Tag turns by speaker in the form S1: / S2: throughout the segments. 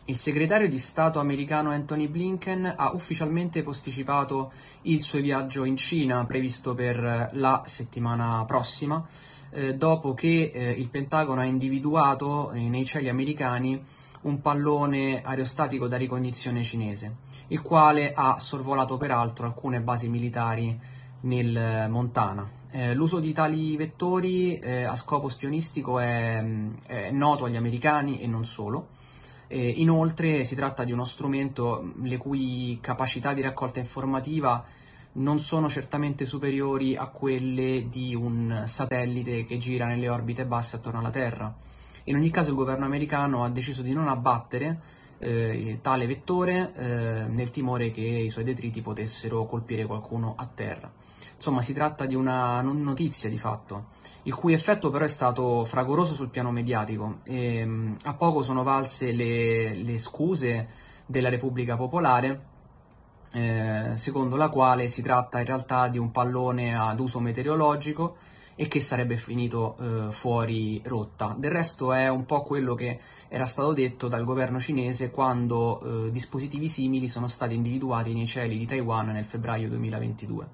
S1: Il segretario di Stato americano Anthony Blinken ha ufficialmente posticipato il suo viaggio in Cina, previsto per la settimana prossima, dopo che il Pentagono ha individuato nei cieli americani un pallone aerostatico da ricognizione cinese, il quale ha sorvolato peraltro alcune basi militari nel Montana. L'uso di tali vettori a scopo spionistico è noto agli americani e non solo. Inoltre si tratta di uno strumento le cui capacità di raccolta informativa non sono certamente superiori a quelle di un satellite che gira nelle orbite basse attorno alla Terra. In ogni caso il governo americano ha deciso di non abbattere tale vettore nel timore che i suoi detriti potessero colpire qualcuno a terra. Insomma, si tratta di una notizia di fatto, il cui effetto però è stato fragoroso sul piano mediatico e a poco sono valse le scuse della Repubblica Popolare, secondo la quale si tratta in realtà di un pallone ad uso meteorologico e che sarebbe finito fuori rotta. Del resto è un po' quello che era stato detto dal governo cinese quando dispositivi simili sono stati individuati nei cieli di Taiwan nel febbraio 2022.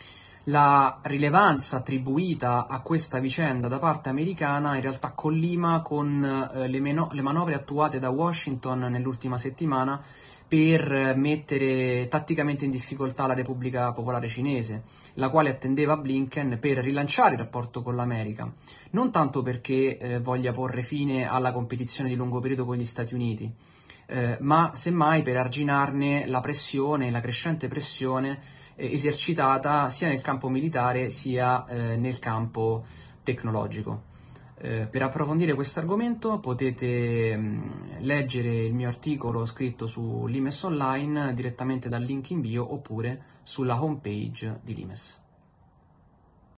S1: La rilevanza attribuita a questa vicenda da parte americana in realtà collima con le manovre attuate da Washington nell'ultima settimana per mettere tatticamente in difficoltà la Repubblica Popolare Cinese, la quale attendeva Blinken per rilanciare il rapporto con l'America, non tanto perché voglia porre fine alla competizione di lungo periodo con gli Stati Uniti, ma semmai per arginarne la pressione, la crescente pressione esercitata sia nel campo militare sia nel campo tecnologico. Per approfondire questo argomento potete leggere il mio articolo scritto su Limes Online direttamente dal link in bio oppure sulla homepage di Limes.